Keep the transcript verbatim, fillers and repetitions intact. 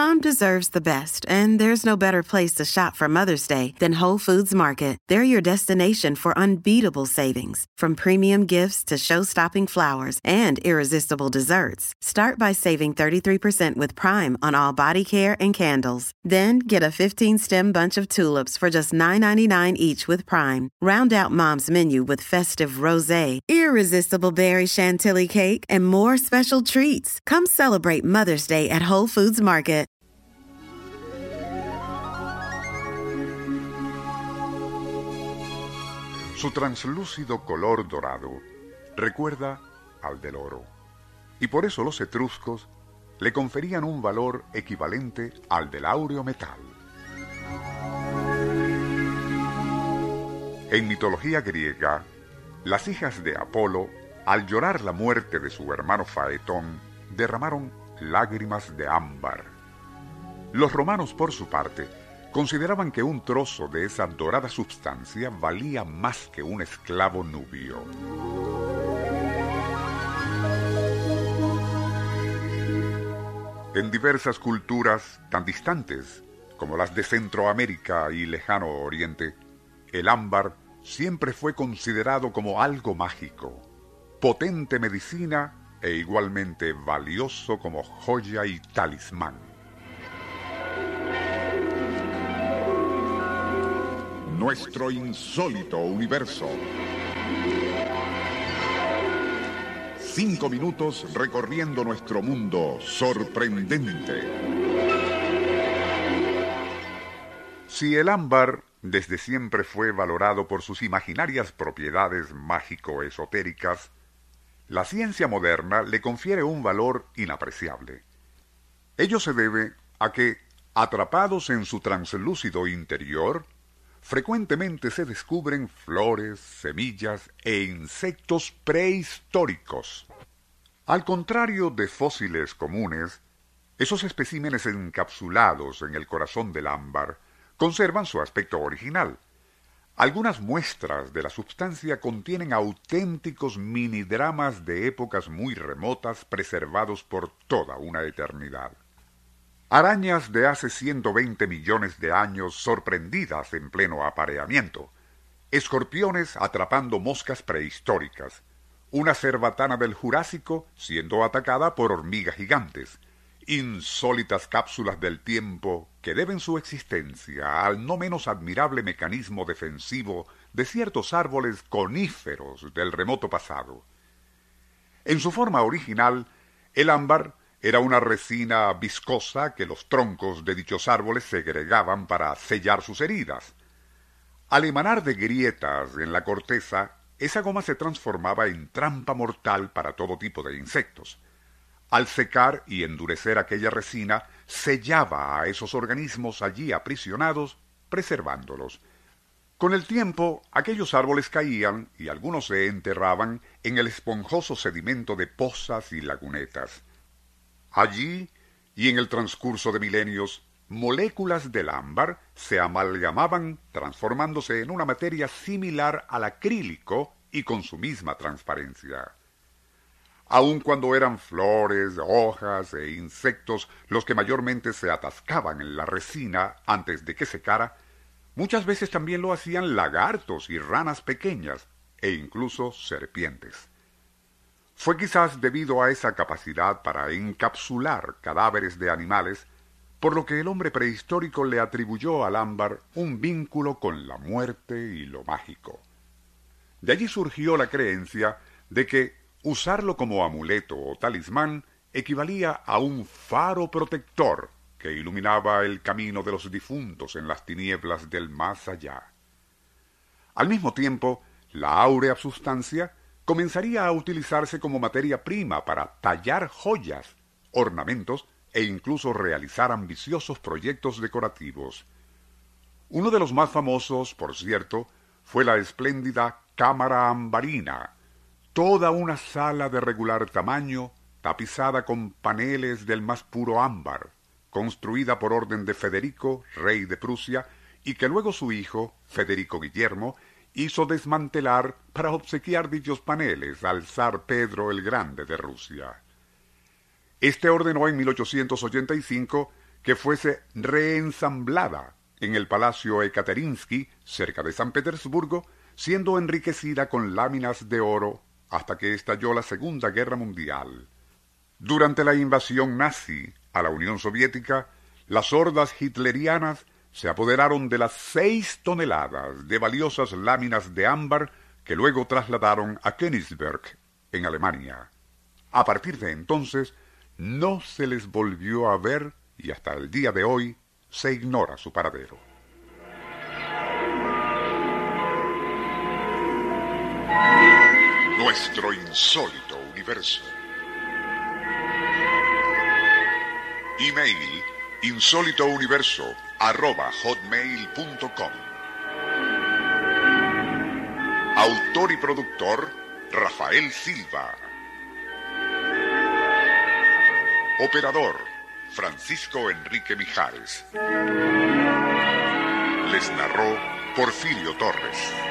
Mom deserves the best, and there's no better place to shop for Mother's Day than Whole Foods Market. They're your destination for unbeatable savings, from premium gifts to show-stopping flowers and irresistible desserts. Start by saving thirty-three percent with Prime on all body care and candles. Then get a fifteen-stem bunch of tulips for just nine ninety-nine each with Prime. Round out Mom's menu with festive rosé, irresistible berry chantilly cake, and more special treats. Come celebrate Mother's Day at Whole Foods Market. Su translúcido color dorado recuerda al del oro, y por eso los etruscos le conferían un valor equivalente al del áureo metal. En mitología griega, las hijas de Apolo, al llorar la muerte de su hermano Faetón, derramaron lágrimas de ámbar. Los romanos, por su parte, consideraban que un trozo de esa dorada substancia valía más que un esclavo nubio. En diversas culturas tan distantes como las de Centroamérica y Lejano Oriente, el ámbar siempre fue considerado como algo mágico, potente medicina e igualmente valioso como joya y talismán. Nuestro insólito universo. Cinco minutos recorriendo nuestro mundo sorprendente. Si el ámbar desde siempre fue valorado por sus imaginarias propiedades mágico-esotéricas, la ciencia moderna le confiere un valor inapreciable. Ello se debe a que, atrapados en su translúcido interior, frecuentemente se descubren flores, semillas e insectos prehistóricos. Al contrario de fósiles comunes, esos especímenes encapsulados en el corazón del ámbar conservan su aspecto original. Algunas muestras de la sustancia contienen auténticos minidramas de épocas muy remotas preservados por toda una eternidad. Arañas de hace ciento veinte millones de años sorprendidas en pleno apareamiento, escorpiones atrapando moscas prehistóricas, una cerbatana del Jurásico siendo atacada por hormigas gigantes, insólitas cápsulas del tiempo que deben su existencia al no menos admirable mecanismo defensivo de ciertos árboles coníferos del remoto pasado. En su forma original, el ámbar era una resina viscosa que los troncos de dichos árboles segregaban para sellar sus heridas. Al emanar de grietas en la corteza, esa goma se transformaba en trampa mortal para todo tipo de insectos. Al secar y endurecer aquella resina, sellaba a esos organismos allí aprisionados, preservándolos. Con el tiempo, aquellos árboles caían y algunos se enterraban en el esponjoso sedimento de pozas y lagunetas. Allí, y en el transcurso de milenios, moléculas del ámbar se amalgamaban transformándose en una materia similar al acrílico y con su misma transparencia. Aun cuando eran flores, hojas e insectos los que mayormente se atascaban en la resina antes de que secara, muchas veces también lo hacían lagartos y ranas pequeñas, e incluso serpientes. Fue quizás debido a esa capacidad para encapsular cadáveres de animales, por lo que el hombre prehistórico le atribuyó al ámbar un vínculo con la muerte y lo mágico. De allí surgió la creencia de que usarlo como amuleto o talismán equivalía a un faro protector que iluminaba el camino de los difuntos en las tinieblas del más allá. Al mismo tiempo, la áurea sustancia comenzaría a utilizarse como materia prima para tallar joyas, ornamentos e incluso realizar ambiciosos proyectos decorativos. Uno de los más famosos, por cierto, fue la espléndida cámara ambarina, toda una sala de regular tamaño, tapizada con paneles del más puro ámbar, construida por orden de Federico, rey de Prusia, y que luego su hijo, Federico Guillermo, hizo desmantelar para obsequiar dichos paneles al zar Pedro el Grande de Rusia. Este ordenó en mil ochocientos ochenta y cinco que fuese reensamblada en el Palacio Ekaterinsky, cerca de San Petersburgo, siendo enriquecida con láminas de oro hasta que estalló la Segunda Guerra Mundial. Durante la invasión nazi a la Unión Soviética, las hordas hitlerianas se apoderaron de las seis toneladas de valiosas láminas de ámbar que luego trasladaron a Königsberg, en Alemania. A partir de entonces, no se les volvió a ver y hasta el día de hoy se ignora su paradero. Nuestro insólito universo. Email insólitouniverso arroba hotmail punto com. Autor y productor Rafael Silva. Operador Francisco Enrique Mijares. Les narró Porfirio Torres.